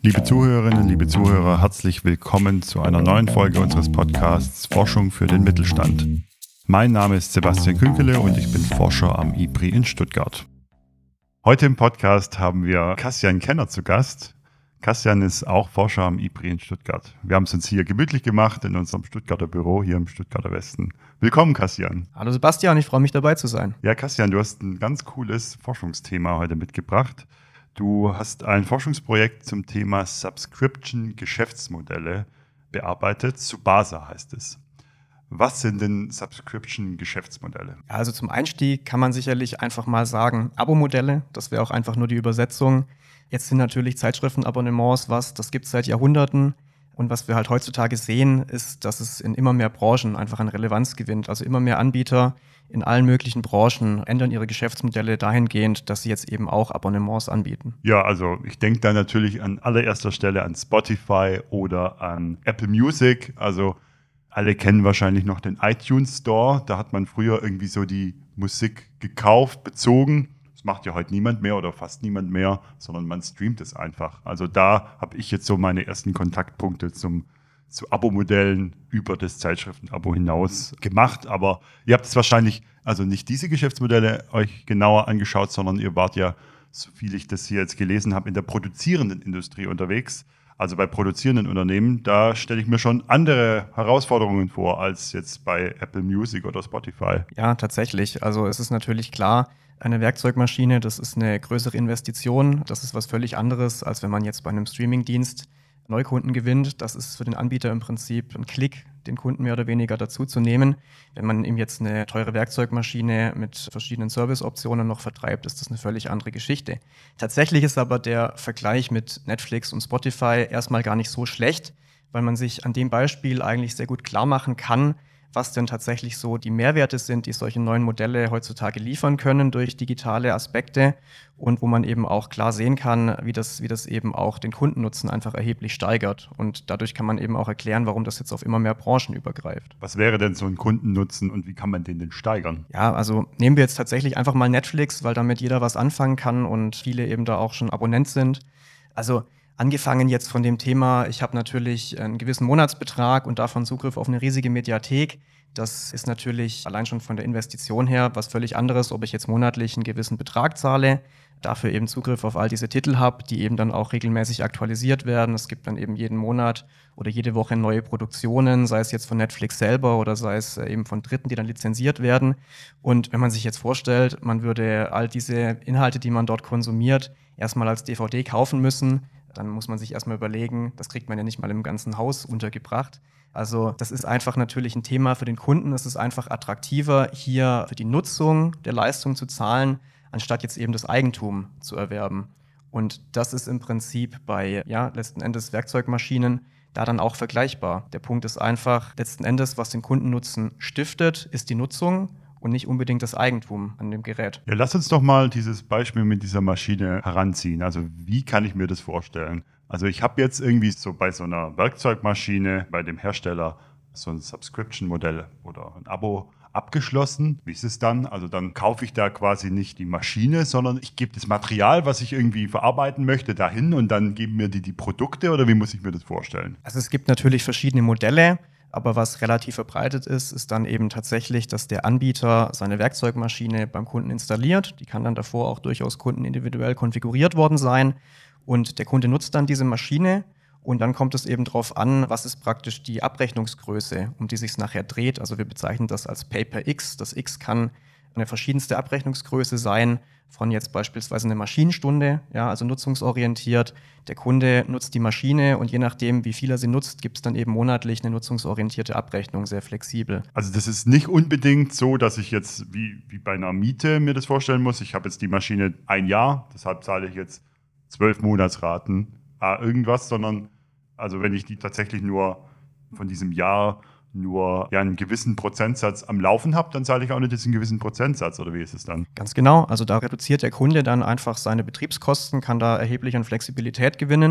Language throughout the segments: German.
Liebe Zuhörerinnen, liebe Zuhörer, herzlich willkommen zu einer neuen Folge unseres Podcasts Forschung für den Mittelstand. Mein Name ist Sebastian Künkele und ich bin Forscher am IPRI in Stuttgart. Heute im Podcast haben wir Kassian Kenner zu Gast. Kassian ist auch Forscher am IPRI in Stuttgart. Wir haben es uns hier gemütlich gemacht in unserem Stuttgarter Büro hier im Stuttgarter Westen. Willkommen, Kassian. Hallo Sebastian, ich freue mich dabei zu sein. Ja, Kassian, du hast ein ganz cooles Forschungsthema heute mitgebracht. Du hast ein Forschungsprojekt zum Thema Subscription-Geschäftsmodelle bearbeitet. Subasa heißt es. Was sind denn Subscription-Geschäftsmodelle? Also zum Einstieg kann man sicherlich einfach mal sagen, Abo-Modelle, das wäre auch einfach nur die Übersetzung. Jetzt sind natürlich Zeitschriftenabonnements das gibt es seit Jahrhunderten. Und was wir halt heutzutage sehen, ist, dass es in immer mehr Branchen einfach an Relevanz gewinnt. Also immer mehr Anbieter in allen möglichen Branchen ändern ihre Geschäftsmodelle dahingehend, dass sie jetzt eben auch Abonnements anbieten. Ja, also ich denke da natürlich an allererster Stelle an Spotify oder an Apple Music. Also alle kennen wahrscheinlich noch den iTunes Store. Da hat man früher irgendwie so die Musik gekauft, bezogen. Das macht ja heute niemand mehr oder fast niemand mehr, sondern man streamt es einfach. Also da habe ich jetzt so meine ersten Kontaktpunkte zu Abo-Modellen über das Zeitschriftenabo hinaus gemacht. Aber ihr habt es wahrscheinlich, also nicht diese Geschäftsmodelle euch genauer angeschaut, sondern ihr wart ja, so viel ich das hier jetzt gelesen habe, in der produzierenden Industrie unterwegs. Also bei produzierenden Unternehmen, da stelle ich mir schon andere Herausforderungen vor als jetzt bei Apple Music oder Spotify. Ja, tatsächlich. Also es ist natürlich klar, eine Werkzeugmaschine, das ist eine größere Investition. Das ist was völlig anderes, als wenn man jetzt bei einem Streamingdienst Neukunden gewinnt. Das ist für den Anbieter im Prinzip ein Klick, den Kunden mehr oder weniger dazu zu nehmen. Wenn man ihm jetzt eine teure Werkzeugmaschine mit verschiedenen Serviceoptionen noch vertreibt, ist das eine völlig andere Geschichte. Tatsächlich ist aber der Vergleich mit Netflix und Spotify erstmal gar nicht so schlecht, weil man sich an dem Beispiel eigentlich sehr gut klar machen kann, was denn tatsächlich so die Mehrwerte sind, die solche neuen Modelle heutzutage liefern können durch digitale Aspekte und wo man eben auch klar sehen kann, wie das eben auch den Kundennutzen einfach erheblich steigert. Und dadurch kann man eben auch erklären, warum das jetzt auf immer mehr Branchen übergreift. Was wäre denn so ein Kundennutzen und wie kann man den denn steigern? Ja, also nehmen wir jetzt tatsächlich einfach mal Netflix, weil damit jeder was anfangen kann und viele eben da auch schon Abonnent sind. Also angefangen jetzt von dem Thema, ich habe natürlich einen gewissen Monatsbetrag und davon Zugriff auf eine riesige Mediathek. Das ist natürlich allein schon von der Investition her was völlig anderes, ob ich jetzt monatlich einen gewissen Betrag zahle, dafür eben Zugriff auf all diese Titel habe, die eben dann auch regelmäßig aktualisiert werden. Es gibt dann eben jeden Monat oder jede Woche neue Produktionen, sei es jetzt von Netflix selber oder sei es eben von Dritten, die dann lizenziert werden. Und wenn man sich jetzt vorstellt, man würde all diese Inhalte, die man dort konsumiert, erstmal als DVD kaufen müssen, dann muss man sich erstmal überlegen, das kriegt man ja nicht mal im ganzen Haus untergebracht. Also das ist einfach natürlich ein Thema für den Kunden. Es ist einfach attraktiver, hier für die Nutzung der Leistung zu zahlen, anstatt jetzt eben das Eigentum zu erwerben. Und das ist im Prinzip bei, letzten Endes Werkzeugmaschinen da dann auch vergleichbar. Der Punkt ist einfach, letzten Endes, was den Kundennutzen stiftet, ist die Nutzung und nicht unbedingt das Eigentum an dem Gerät. Ja, lass uns doch mal dieses Beispiel mit dieser Maschine heranziehen. Also wie kann ich mir das vorstellen? Also ich habe jetzt irgendwie so bei so einer Werkzeugmaschine bei dem Hersteller so ein Subscription-Modell oder ein Abo abgeschlossen. Wie ist es dann? Also dann kaufe ich da quasi nicht die Maschine, sondern ich gebe das Material, was ich irgendwie verarbeiten möchte, dahin und dann geben mir die Produkte oder wie muss ich mir das vorstellen? Also es gibt natürlich verschiedene Modelle. Aber was relativ verbreitet ist dann eben tatsächlich, dass der Anbieter seine Werkzeugmaschine beim Kunden installiert. Die kann dann davor auch durchaus kundenindividuell konfiguriert worden sein. Und der Kunde nutzt dann diese Maschine. Und dann kommt es eben darauf an, was ist praktisch die Abrechnungsgröße, um die sich es nachher dreht. Also wir bezeichnen das als Pay-per-X. Das X kann eine verschiedenste Abrechnungsgröße sein, von jetzt beispielsweise eine Maschinenstunde, also nutzungsorientiert. Der Kunde nutzt die Maschine und je nachdem, wie viel er sie nutzt, gibt es dann eben monatlich eine nutzungsorientierte Abrechnung, sehr flexibel. Also das ist nicht unbedingt so, dass ich jetzt wie bei einer Miete mir das vorstellen muss. Ich habe jetzt die Maschine ein Jahr, deshalb zahle ich jetzt 12 Monatsraten irgendwas, sondern also wenn ich die tatsächlich nur von diesem Jahr einen gewissen Prozentsatz am Laufen habe, dann zahle ich auch nicht diesen gewissen Prozentsatz, oder wie ist es dann? Ganz genau, also da reduziert der Kunde dann einfach seine Betriebskosten, kann da erheblich an Flexibilität gewinnen.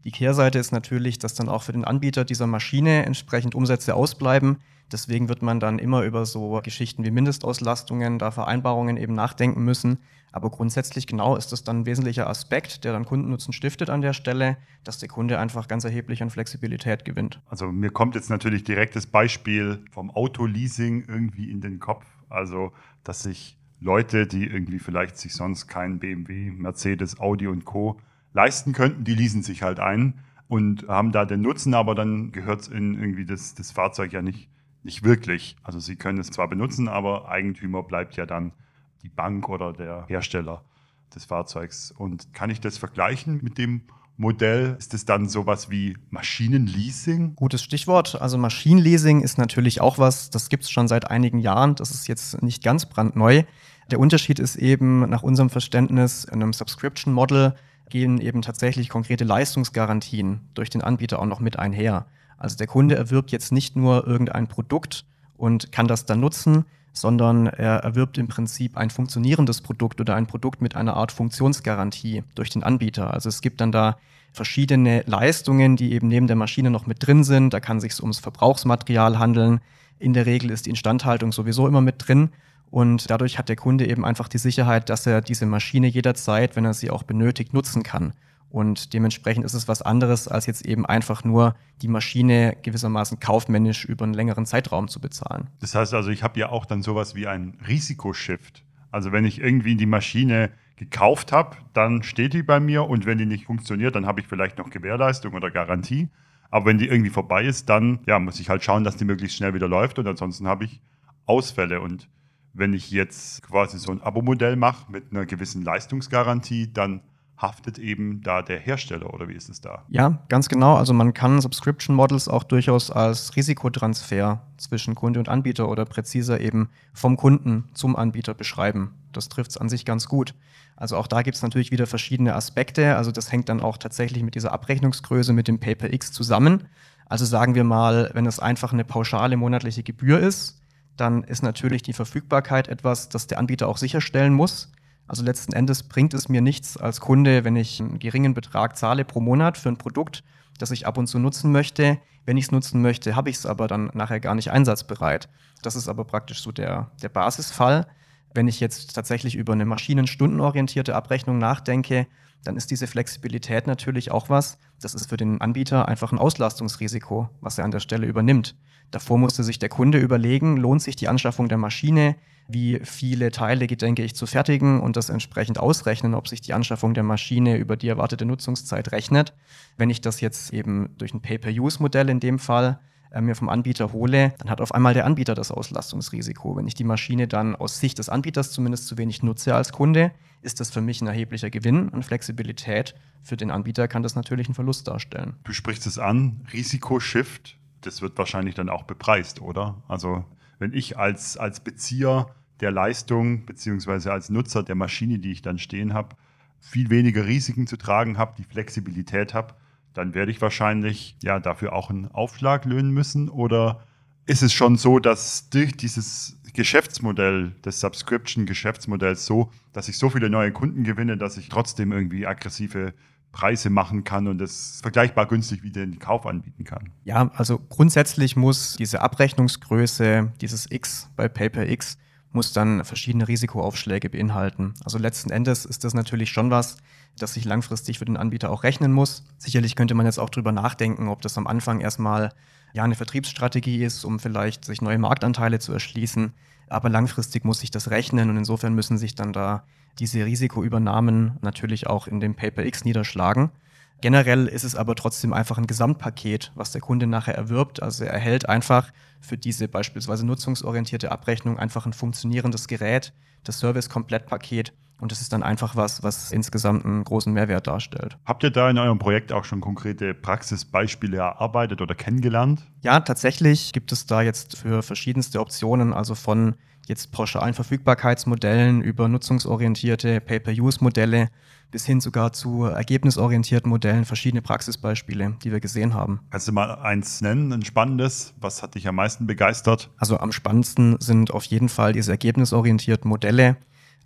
Die Kehrseite ist natürlich, dass dann auch für den Anbieter dieser Maschine entsprechend Umsätze ausbleiben. Deswegen wird man dann immer über so Geschichten wie Mindestauslastungen, da Vereinbarungen eben nachdenken müssen. Aber grundsätzlich genau ist das dann ein wesentlicher Aspekt, der dann Kundennutzen stiftet an der Stelle, dass der Kunde einfach ganz erheblich an Flexibilität gewinnt. Also mir kommt jetzt natürlich direkt das Beispiel vom Autoleasing irgendwie in den Kopf. Also, dass sich Leute, die irgendwie vielleicht sich sonst keinen BMW, Mercedes, Audi und Co. leisten könnten, die leasen sich halt ein und haben da den Nutzen, aber dann gehört es in irgendwie das Fahrzeug ja nicht wirklich. Also sie können es zwar benutzen, aber Eigentümer bleibt ja dann die Bank oder der Hersteller des Fahrzeugs. Und kann ich das vergleichen mit dem Modell? Ist es dann sowas wie Maschinenleasing? Gutes Stichwort. Also Maschinenleasing ist natürlich auch was, das gibt es schon seit einigen Jahren. Das ist jetzt nicht ganz brandneu. Der Unterschied ist eben nach unserem Verständnis, in einem Subscription Model gehen eben tatsächlich konkrete Leistungsgarantien durch den Anbieter auch noch mit einher. Also der Kunde erwirbt jetzt nicht nur irgendein Produkt und kann das dann nutzen, sondern er erwirbt im Prinzip ein funktionierendes Produkt oder ein Produkt mit einer Art Funktionsgarantie durch den Anbieter. Also es gibt dann da verschiedene Leistungen, die eben neben der Maschine noch mit drin sind. Da kann es sich ums Verbrauchsmaterial handeln. In der Regel ist die Instandhaltung sowieso immer mit drin. Und dadurch hat der Kunde eben einfach die Sicherheit, dass er diese Maschine jederzeit, wenn er sie auch benötigt, nutzen kann. Und dementsprechend ist es was anderes, als jetzt eben einfach nur die Maschine gewissermaßen kaufmännisch über einen längeren Zeitraum zu bezahlen. Das heißt also, ich habe ja auch dann sowas wie ein Risikoshift. Also wenn ich irgendwie die Maschine gekauft habe, dann steht die bei mir und wenn die nicht funktioniert, dann habe ich vielleicht noch Gewährleistung oder Garantie. Aber wenn die irgendwie vorbei ist, dann muss ich halt schauen, dass die möglichst schnell wieder läuft und ansonsten habe ich Ausfälle. Und wenn ich jetzt quasi so ein Abo-Modell mache mit einer gewissen Leistungsgarantie, dann haftet eben da der Hersteller oder wie ist es da? Ja, ganz genau. Also man kann Subscription Models auch durchaus als Risikotransfer zwischen Kunde und Anbieter oder präziser eben vom Kunden zum Anbieter beschreiben. Das trifft es an sich ganz gut. Also auch da gibt es natürlich wieder verschiedene Aspekte. Also das hängt dann auch tatsächlich mit dieser Abrechnungsgröße, mit dem Pay-per-X zusammen. Also sagen wir mal, wenn es einfach eine pauschale monatliche Gebühr ist, dann ist natürlich die Verfügbarkeit etwas, das der Anbieter auch sicherstellen muss. Also letzten Endes bringt es mir nichts als Kunde, wenn ich einen geringen Betrag zahle pro Monat für ein Produkt, das ich ab und zu nutzen möchte. Wenn ich es nutzen möchte, habe ich es aber dann nachher gar nicht einsatzbereit. Das ist aber praktisch so der Basisfall. Wenn ich jetzt tatsächlich über eine maschinenstundenorientierte Abrechnung nachdenke, dann ist diese Flexibilität natürlich auch was. Das ist für den Anbieter einfach ein Auslastungsrisiko, was er an der Stelle übernimmt. Davor musste sich der Kunde überlegen, lohnt sich die Anschaffung der Maschine, wie viele Teile gedenke ich zu fertigen und das entsprechend ausrechnen, ob sich die Anschaffung der Maschine über die erwartete Nutzungszeit rechnet. Wenn ich das jetzt eben durch ein Pay-per-Use-Modell in dem Fall mir vom Anbieter hole, dann hat auf einmal der Anbieter das Auslastungsrisiko. Wenn ich die Maschine dann aus Sicht des Anbieters zumindest zu wenig nutze als Kunde, ist das für mich ein erheblicher Gewinn an Flexibilität. Für den Anbieter kann das natürlich einen Verlust darstellen. Du sprichst es an, Risikoshift, das wird wahrscheinlich dann auch bepreist, oder? Also wenn ich als Bezieher der Leistung beziehungsweise als Nutzer der Maschine, die ich dann stehen habe, viel weniger Risiken zu tragen habe, die Flexibilität habe, dann werde ich wahrscheinlich dafür auch einen Aufschlag löhnen müssen. Oder ist es schon so, dass durch dieses Geschäftsmodell, des Subscription-Geschäftsmodells dass ich so viele neue Kunden gewinne, dass ich trotzdem irgendwie aggressive Preise machen kann und das vergleichbar günstig wie den Kauf anbieten kann? Ja, also grundsätzlich muss diese Abrechnungsgröße, dieses X bei Pay-per-X, muss dann verschiedene Risikoaufschläge beinhalten. Also letzten Endes ist das natürlich schon was, das sich langfristig für den Anbieter auch rechnen muss. Sicherlich könnte man jetzt auch drüber nachdenken, ob das am Anfang erstmal eine Vertriebsstrategie ist, um vielleicht sich neue Marktanteile zu erschließen. Aber langfristig muss sich das rechnen und insofern müssen sich dann da diese Risikoübernahmen natürlich auch in dem Pay-per-X niederschlagen. Generell ist es aber trotzdem einfach ein Gesamtpaket, was der Kunde nachher erwirbt. Also er erhält einfach für diese beispielsweise nutzungsorientierte Abrechnung einfach ein funktionierendes Gerät, das Service-Komplettpaket. Und das ist dann einfach was insgesamt einen großen Mehrwert darstellt. Habt ihr da in eurem Projekt auch schon konkrete Praxisbeispiele erarbeitet oder kennengelernt? Ja, tatsächlich gibt es da jetzt für verschiedenste Optionen, also von jetzt pauschalen Verfügbarkeitsmodellen über nutzungsorientierte Pay-per-Use-Modelle bis hin sogar zu ergebnisorientierten Modellen verschiedene Praxisbeispiele, die wir gesehen haben. Kannst du mal eins nennen, ein spannendes? Was hat dich am meisten begeistert? Also am spannendsten sind auf jeden Fall diese ergebnisorientierten Modelle.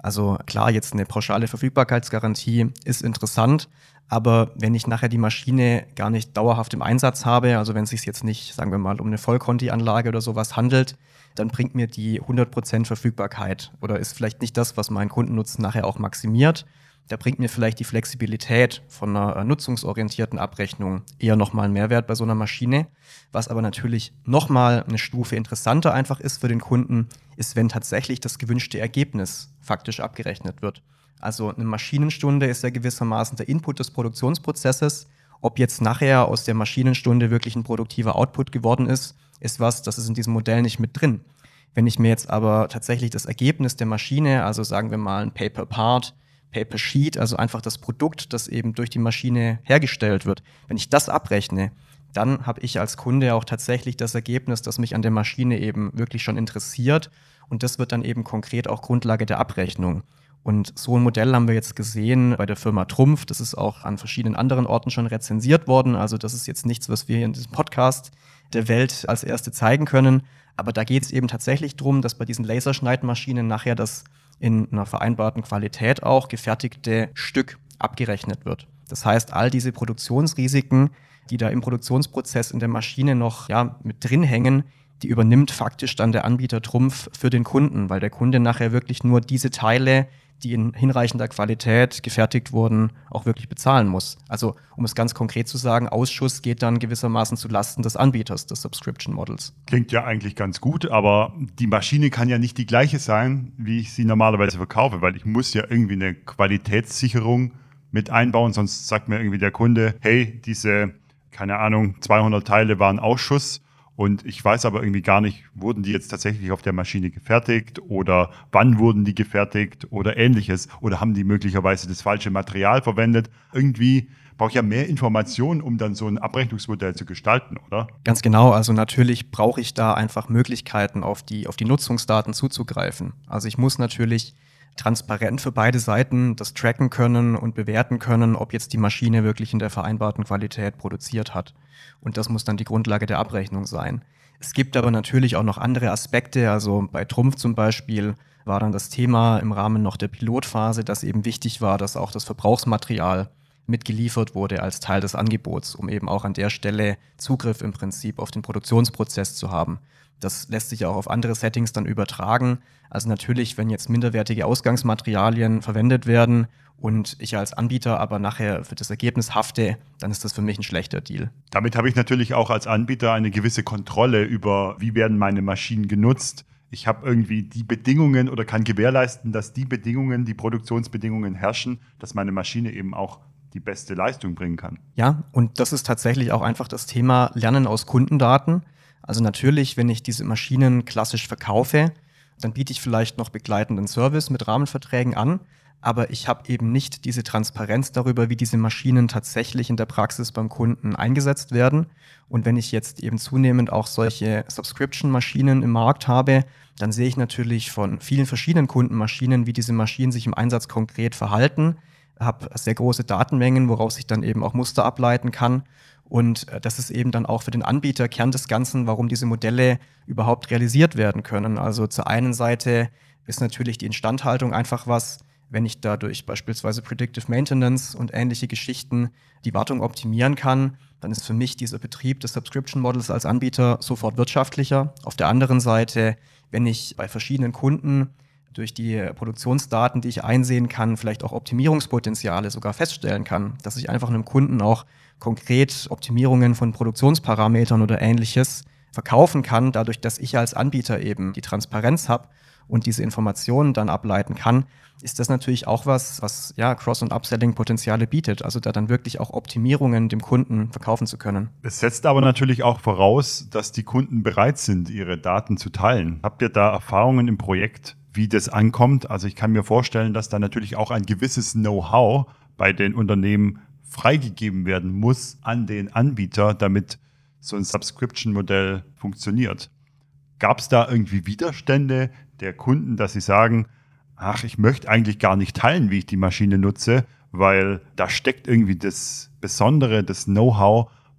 Also klar, jetzt eine pauschale Verfügbarkeitsgarantie ist interessant, aber wenn ich nachher die Maschine gar nicht dauerhaft im Einsatz habe, also wenn es sich jetzt nicht, sagen wir mal, um eine Vollkonti-Anlage oder sowas handelt, dann bringt mir die 100% Verfügbarkeit oder ist vielleicht nicht das, was meinen Kundennutzen nachher auch maximiert. Da bringt mir vielleicht die Flexibilität von einer nutzungsorientierten Abrechnung eher nochmal einen Mehrwert bei so einer Maschine. Was aber natürlich nochmal eine Stufe interessanter einfach ist für den Kunden, ist, wenn tatsächlich das gewünschte Ergebnis faktisch abgerechnet wird. Also eine Maschinenstunde ist ja gewissermaßen der Input des Produktionsprozesses. Ob jetzt nachher aus der Maschinenstunde wirklich ein produktiver Output geworden ist, das ist in diesem Modell nicht mit drin. Wenn ich mir jetzt aber tatsächlich das Ergebnis der Maschine, also sagen wir mal ein Paper-Part, Paper-Sheet, also einfach das Produkt, das eben durch die Maschine hergestellt wird, wenn ich das abrechne, dann habe ich als Kunde auch tatsächlich das Ergebnis, das mich an der Maschine eben wirklich schon interessiert. Und das wird dann eben konkret auch Grundlage der Abrechnung. Und so ein Modell haben wir jetzt gesehen bei der Firma Trumpf. Das ist auch an verschiedenen anderen Orten schon rezensiert worden. Also das ist jetzt nichts, was wir hier in diesem Podcast der Welt als erste zeigen können. Aber da geht es eben tatsächlich darum, dass bei diesen Laserschneidmaschinen nachher das in einer vereinbarten Qualität auch gefertigte Stück abgerechnet wird. Das heißt, all diese Produktionsrisiken, die da im Produktionsprozess in der Maschine noch mit drin hängen, die übernimmt faktisch dann der Anbieter Trumpf für den Kunden, weil der Kunde nachher wirklich nur diese Teile, die in hinreichender Qualität gefertigt wurden, auch wirklich bezahlen muss. Also, um es ganz konkret zu sagen, Ausschuss geht dann gewissermaßen zu Lasten des Anbieters, des Subscription Models. Klingt ja eigentlich ganz gut, aber die Maschine kann ja nicht die gleiche sein, wie ich sie normalerweise verkaufe, weil ich muss ja irgendwie eine Qualitätssicherung mit einbauen, sonst sagt mir irgendwie der Kunde, hey, diese, keine Ahnung, 200 Teile waren Ausschuss. Und ich weiß aber irgendwie gar nicht, wurden die jetzt tatsächlich auf der Maschine gefertigt oder wann wurden die gefertigt oder ähnliches. Oder haben die möglicherweise das falsche Material verwendet. Irgendwie brauche ich ja mehr Informationen, um dann so ein Abrechnungsmodell zu gestalten, oder? Ganz genau. Also natürlich brauche ich da einfach Möglichkeiten, auf die Nutzungsdaten zuzugreifen. Also ich muss natürlich transparent für beide Seiten das tracken können und bewerten können, ob jetzt die Maschine wirklich in der vereinbarten Qualität produziert hat. Und das muss dann die Grundlage der Abrechnung sein. Es gibt aber natürlich auch noch andere Aspekte. Also bei Trumpf zum Beispiel war dann das Thema im Rahmen noch der Pilotphase, dass eben wichtig war, dass auch das Verbrauchsmaterial mitgeliefert wurde als Teil des Angebots, um eben auch an der Stelle Zugriff im Prinzip auf den Produktionsprozess zu haben. Das lässt sich auch auf andere Settings dann übertragen. Also natürlich, wenn jetzt minderwertige Ausgangsmaterialien verwendet werden und ich als Anbieter aber nachher für das Ergebnis hafte, dann ist das für mich ein schlechter Deal. Damit habe ich natürlich auch als Anbieter eine gewisse Kontrolle über, wie werden meine Maschinen genutzt. Ich habe irgendwie die Bedingungen oder kann gewährleisten, dass die Bedingungen, die Produktionsbedingungen herrschen, dass meine Maschine eben auch die beste Leistung bringen kann. Ja, und das ist tatsächlich auch einfach das Thema Lernen aus Kundendaten. Also natürlich, wenn ich diese Maschinen klassisch verkaufe, dann biete ich vielleicht noch begleitenden Service mit Rahmenverträgen an, aber ich habe eben nicht diese Transparenz darüber, wie diese Maschinen tatsächlich in der Praxis beim Kunden eingesetzt werden. Und wenn ich jetzt eben zunehmend auch solche Subscription-Maschinen im Markt habe, dann sehe ich natürlich von vielen verschiedenen Kundenmaschinen, wie diese Maschinen sich im Einsatz konkret verhalten, habe sehr große Datenmengen, woraus ich dann eben auch Muster ableiten kann. Und das ist eben dann auch für den Anbieter Kern des Ganzen, warum diese Modelle überhaupt realisiert werden können. Also zur einen Seite ist natürlich die Instandhaltung einfach was, wenn ich dadurch beispielsweise Predictive Maintenance und ähnliche Geschichten die Wartung optimieren kann, dann ist für mich dieser Betrieb des Subscription Models als Anbieter sofort wirtschaftlicher. Auf der anderen Seite, wenn ich bei verschiedenen Kunden durch die Produktionsdaten, die ich einsehen kann, vielleicht auch Optimierungspotenziale sogar feststellen kann, dass ich einfach einem Kunden auch konkret Optimierungen von Produktionsparametern oder Ähnliches verkaufen kann, dadurch, dass ich als Anbieter eben die Transparenz habe und diese Informationen dann ableiten kann, ist das natürlich auch was Cross- und Upselling-Potenziale bietet, also da dann wirklich auch Optimierungen dem Kunden verkaufen zu können. Es setzt aber natürlich auch voraus, dass die Kunden bereit sind, ihre Daten zu teilen. Habt ihr da Erfahrungen im Projekt, wie das ankommt? Also ich kann mir vorstellen, dass da natürlich auch ein gewisses Know-how bei den Unternehmen freigegeben werden muss an den Anbieter, damit so ein Subscription-Modell funktioniert. Gab es da irgendwie Widerstände der Kunden, dass sie sagen, ach, ich möchte eigentlich gar nicht teilen, wie ich die Maschine nutze, weil da steckt irgendwie das Besondere, das Know-how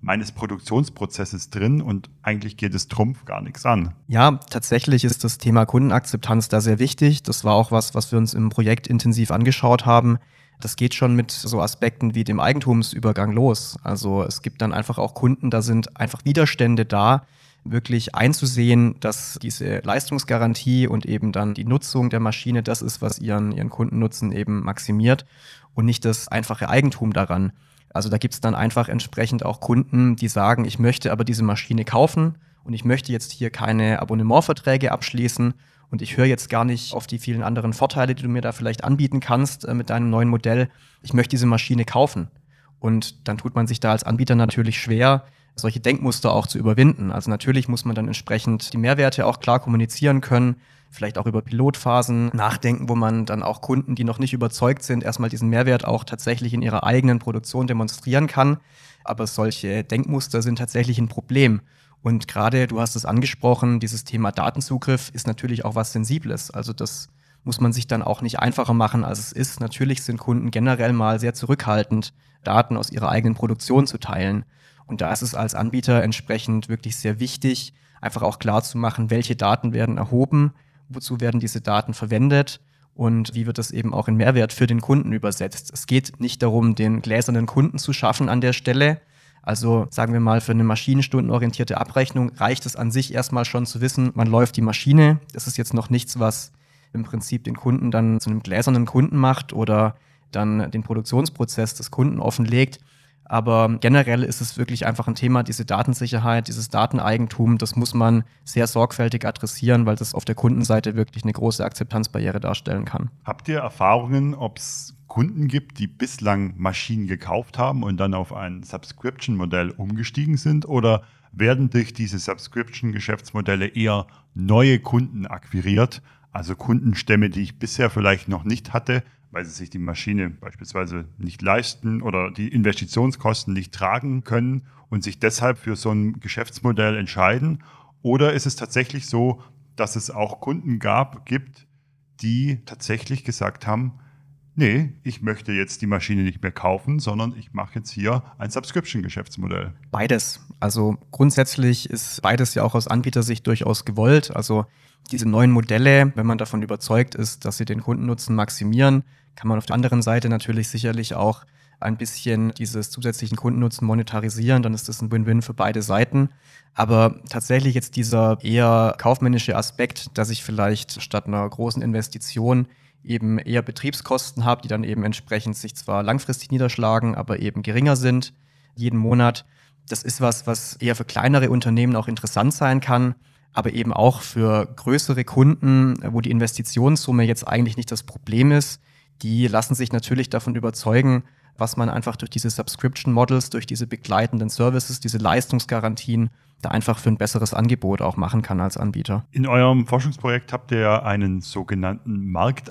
meines Produktionsprozesses drin und eigentlich geht es Trumpf gar nichts an. Ja, tatsächlich ist das Thema Kundenakzeptanz da sehr wichtig. Das war auch was wir uns im Projekt intensiv angeschaut haben. Das geht schon mit so Aspekten wie dem Eigentumsübergang los. Also es gibt dann einfach auch Kunden, da sind einfach Widerstände da, wirklich einzusehen, dass diese Leistungsgarantie und eben dann die Nutzung der Maschine das ist, was ihren Kundennutzen eben maximiert und nicht das einfache Eigentum daran. Also da gibt es dann einfach entsprechend auch Kunden, die sagen, ich möchte aber diese Maschine kaufen und ich möchte jetzt hier keine Abonnementverträge abschließen und ich höre jetzt gar nicht auf die vielen anderen Vorteile, die du mir da vielleicht anbieten kannst mit deinem neuen Modell. Ich möchte diese Maschine kaufen. Und dann tut man sich da als Anbieter natürlich schwer, solche Denkmuster auch zu überwinden. Also natürlich muss man dann entsprechend die Mehrwerte auch klar kommunizieren können, vielleicht auch über Pilotphasen nachdenken, wo man dann auch Kunden, die noch nicht überzeugt sind, erstmal diesen Mehrwert auch tatsächlich in ihrer eigenen Produktion demonstrieren kann. Aber solche Denkmuster sind tatsächlich ein Problem. Und gerade, du hast es angesprochen, dieses Thema Datenzugriff ist natürlich auch was Sensibles. Also das muss man sich dann auch nicht einfacher machen, als es ist. Natürlich sind Kunden generell mal sehr zurückhaltend, Daten aus ihrer eigenen Produktion zu teilen. Und da ist es als Anbieter entsprechend wirklich sehr wichtig, einfach auch klar zu machen, welche Daten werden erhoben, wozu werden diese Daten verwendet und wie wird das eben auch in Mehrwert für den Kunden übersetzt. Es geht nicht darum, den gläsernen Kunden zu schaffen an der Stelle. Also sagen wir mal, für eine maschinenstundenorientierte Abrechnung reicht es an sich erstmal schon zu wissen, man läuft die Maschine. Das ist jetzt noch nichts, was im Prinzip den Kunden dann zu einem gläsernen Kunden macht oder dann den Produktionsprozess des Kunden offenlegt. Aber generell ist es wirklich einfach ein Thema, diese Datensicherheit, dieses Dateneigentum, das muss man sehr sorgfältig adressieren, weil das auf der Kundenseite wirklich eine große Akzeptanzbarriere darstellen kann. Habt ihr Erfahrungen, ob es Kunden gibt, die bislang Maschinen gekauft haben und dann auf ein Subscription-Modell umgestiegen sind? Oder werden durch diese Subscription-Geschäftsmodelle eher neue Kunden akquiriert? Also Kundenstämme, die ich bisher vielleicht noch nicht hatte, weil sie sich die Maschine beispielsweise nicht leisten oder die Investitionskosten nicht tragen können und sich deshalb für so ein Geschäftsmodell entscheiden? Oder ist es tatsächlich so, dass es auch Kunden gibt, die tatsächlich gesagt haben, nee, ich möchte jetzt die Maschine nicht mehr kaufen, sondern ich mache jetzt hier ein Subscription-Geschäftsmodell? Beides. Also grundsätzlich ist beides ja auch aus Anbietersicht durchaus gewollt. Also diese neuen Modelle, wenn man davon überzeugt ist, dass sie den Kundennutzen maximieren, kann man auf der anderen Seite natürlich sicherlich auch ein bisschen dieses zusätzlichen Kundennutzen monetarisieren. Dann ist das ein Win-Win für beide Seiten. Aber tatsächlich jetzt dieser eher kaufmännische Aspekt, dass ich vielleicht statt einer großen Investition eben eher Betriebskosten habe, die dann eben entsprechend sich zwar langfristig niederschlagen, aber eben geringer sind jeden Monat. Das ist was eher für kleinere Unternehmen auch interessant sein kann, aber eben auch für größere Kunden, wo die Investitionssumme jetzt eigentlich nicht das Problem ist. Die lassen sich natürlich davon überzeugen, was man einfach durch diese Subscription Models, durch diese begleitenden Services, diese Leistungsgarantien da einfach für ein besseres Angebot auch machen kann als Anbieter. In eurem Forschungsprojekt habt ihr ja einen sogenannten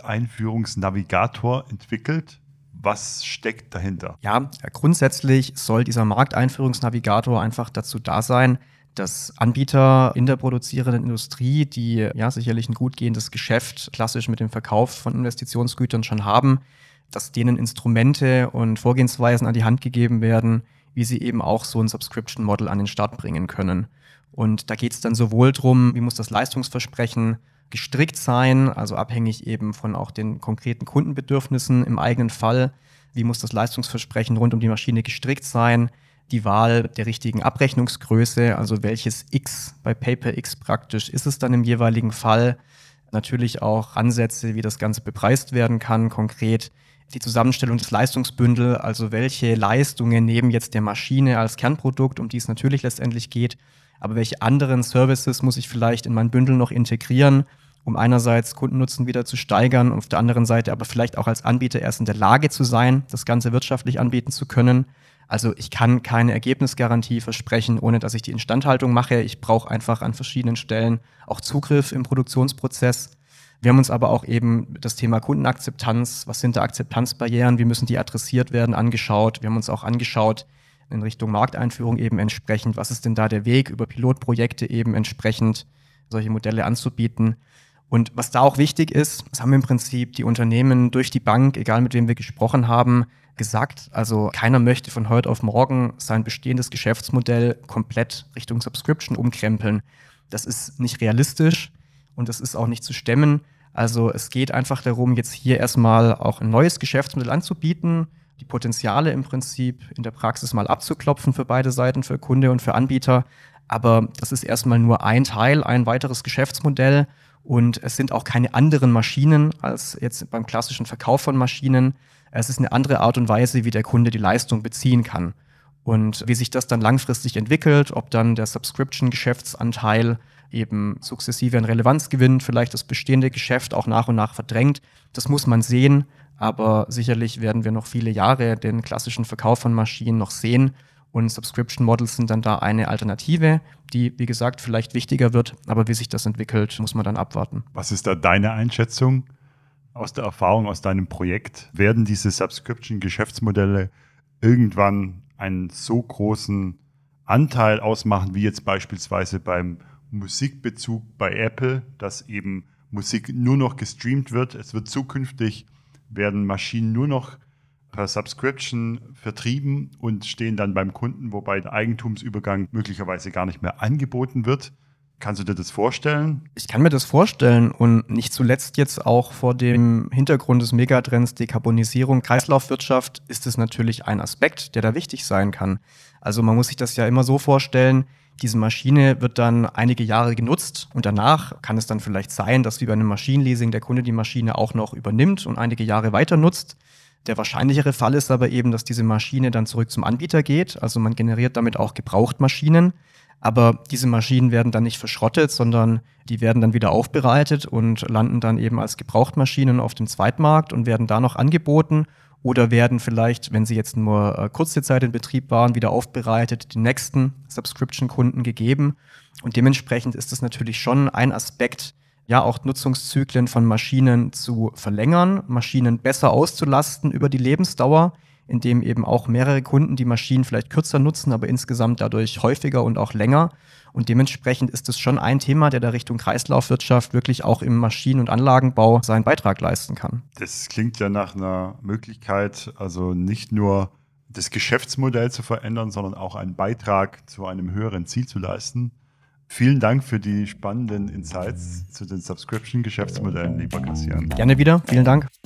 Markteinführungsnavigator entwickelt. Was steckt dahinter? Ja, grundsätzlich soll dieser Markteinführungsnavigator einfach dazu da sein, dass Anbieter in der produzierenden Industrie, die ja sicherlich ein gut gehendes Geschäft klassisch mit dem Verkauf von Investitionsgütern schon haben, dass denen Instrumente und Vorgehensweisen an die Hand gegeben werden, wie sie eben auch so ein Subscription-Model an den Start bringen können. Und da geht es dann sowohl darum, wie muss das Leistungsversprechen gestrickt sein, also abhängig eben von auch den konkreten Kundenbedürfnissen im eigenen Fall, wie muss das Leistungsversprechen rund um die Maschine gestrickt sein, die Wahl der richtigen Abrechnungsgröße, also welches X bei Paper X praktisch ist es dann im jeweiligen Fall. Natürlich auch Ansätze, wie das Ganze bepreist werden kann, konkret die Zusammenstellung des Leistungsbündels, also welche Leistungen neben jetzt der Maschine als Kernprodukt, um die es natürlich letztendlich geht, aber welche anderen Services muss ich vielleicht in mein Bündel noch integrieren, um einerseits Kundennutzen wieder zu steigern und auf der anderen Seite aber vielleicht auch als Anbieter erst in der Lage zu sein, das Ganze wirtschaftlich anbieten zu können. Also ich kann keine Ergebnisgarantie versprechen, ohne dass ich die Instandhaltung mache. Ich brauche einfach an verschiedenen Stellen auch Zugriff im Produktionsprozess. Wir haben uns aber auch eben das Thema Kundenakzeptanz, was sind da Akzeptanzbarrieren, wie müssen die adressiert werden, angeschaut. Wir haben uns auch angeschaut in Richtung Markteinführung eben entsprechend, was ist denn da der Weg, über Pilotprojekte eben entsprechend solche Modelle anzubieten. Und was da auch wichtig ist, das haben im Prinzip die Unternehmen durch die Bank, egal mit wem wir gesprochen haben, gesagt. Also keiner möchte von heute auf morgen sein bestehendes Geschäftsmodell komplett Richtung Subscription umkrempeln. Das ist nicht realistisch und das ist auch nicht zu stemmen. Also es geht einfach darum, jetzt hier erstmal auch ein neues Geschäftsmodell anzubieten, die Potenziale im Prinzip in der Praxis mal abzuklopfen für beide Seiten, für Kunde und für Anbieter. Aber das ist erstmal nur ein Teil, ein weiteres Geschäftsmodell. Und es sind auch keine anderen Maschinen als jetzt beim klassischen Verkauf von Maschinen. Es ist eine andere Art und Weise, wie der Kunde die Leistung beziehen kann. Und wie sich das dann langfristig entwickelt, ob dann der Subscription-Geschäftsanteil eben sukzessive an Relevanz gewinnt, vielleicht das bestehende Geschäft auch nach und nach verdrängt, das muss man sehen. Aber sicherlich werden wir noch viele Jahre den klassischen Verkauf von Maschinen noch sehen. Und Subscription Models sind dann da eine Alternative, die, wie gesagt, vielleicht wichtiger wird. Aber wie sich das entwickelt, muss man dann abwarten. Was ist da deine Einschätzung aus der Erfahrung, aus deinem Projekt? Werden diese Subscription-Geschäftsmodelle irgendwann einen so großen Anteil ausmachen, wie jetzt beispielsweise beim Musikbezug bei Apple, dass eben Musik nur noch gestreamt wird? Es wird zukünftig, werden Maschinen nur noch per Subscription vertrieben und stehen dann beim Kunden, wobei der Eigentumsübergang möglicherweise gar nicht mehr angeboten wird. Kannst du dir das vorstellen? Ich kann mir das vorstellen und nicht zuletzt jetzt auch vor dem Hintergrund des Megatrends Dekarbonisierung, Kreislaufwirtschaft ist es natürlich ein Aspekt, der da wichtig sein kann. Also man muss sich das ja immer so vorstellen, diese Maschine wird dann einige Jahre genutzt und danach kann es dann vielleicht sein, dass wie bei einem Maschinenleasing der Kunde die Maschine auch noch übernimmt und einige Jahre weiter nutzt. Der wahrscheinlichere Fall ist aber eben, dass diese Maschine dann zurück zum Anbieter geht. Also man generiert damit auch Gebrauchtmaschinen. Aber diese Maschinen werden dann nicht verschrottet, sondern die werden dann wieder aufbereitet und landen dann eben als Gebrauchtmaschinen auf dem Zweitmarkt und werden da noch angeboten oder werden vielleicht, wenn sie jetzt nur kurze Zeit in Betrieb waren, wieder aufbereitet, den nächsten Subscription-Kunden gegeben. Und dementsprechend ist es natürlich schon ein Aspekt, ja auch Nutzungszyklen von Maschinen zu verlängern, Maschinen besser auszulasten über die Lebensdauer, indem eben auch mehrere Kunden die Maschinen vielleicht kürzer nutzen, aber insgesamt dadurch häufiger und auch länger. Und dementsprechend ist es schon ein Thema, der da Richtung Kreislaufwirtschaft wirklich auch im Maschinen- und Anlagenbau seinen Beitrag leisten kann. Das klingt ja nach einer Möglichkeit, also nicht nur das Geschäftsmodell zu verändern, sondern auch einen Beitrag zu einem höheren Ziel zu leisten. Vielen Dank für die spannenden Insights zu den Subscription-Geschäftsmodellen, lieber Christian. Gerne wieder. Vielen Dank.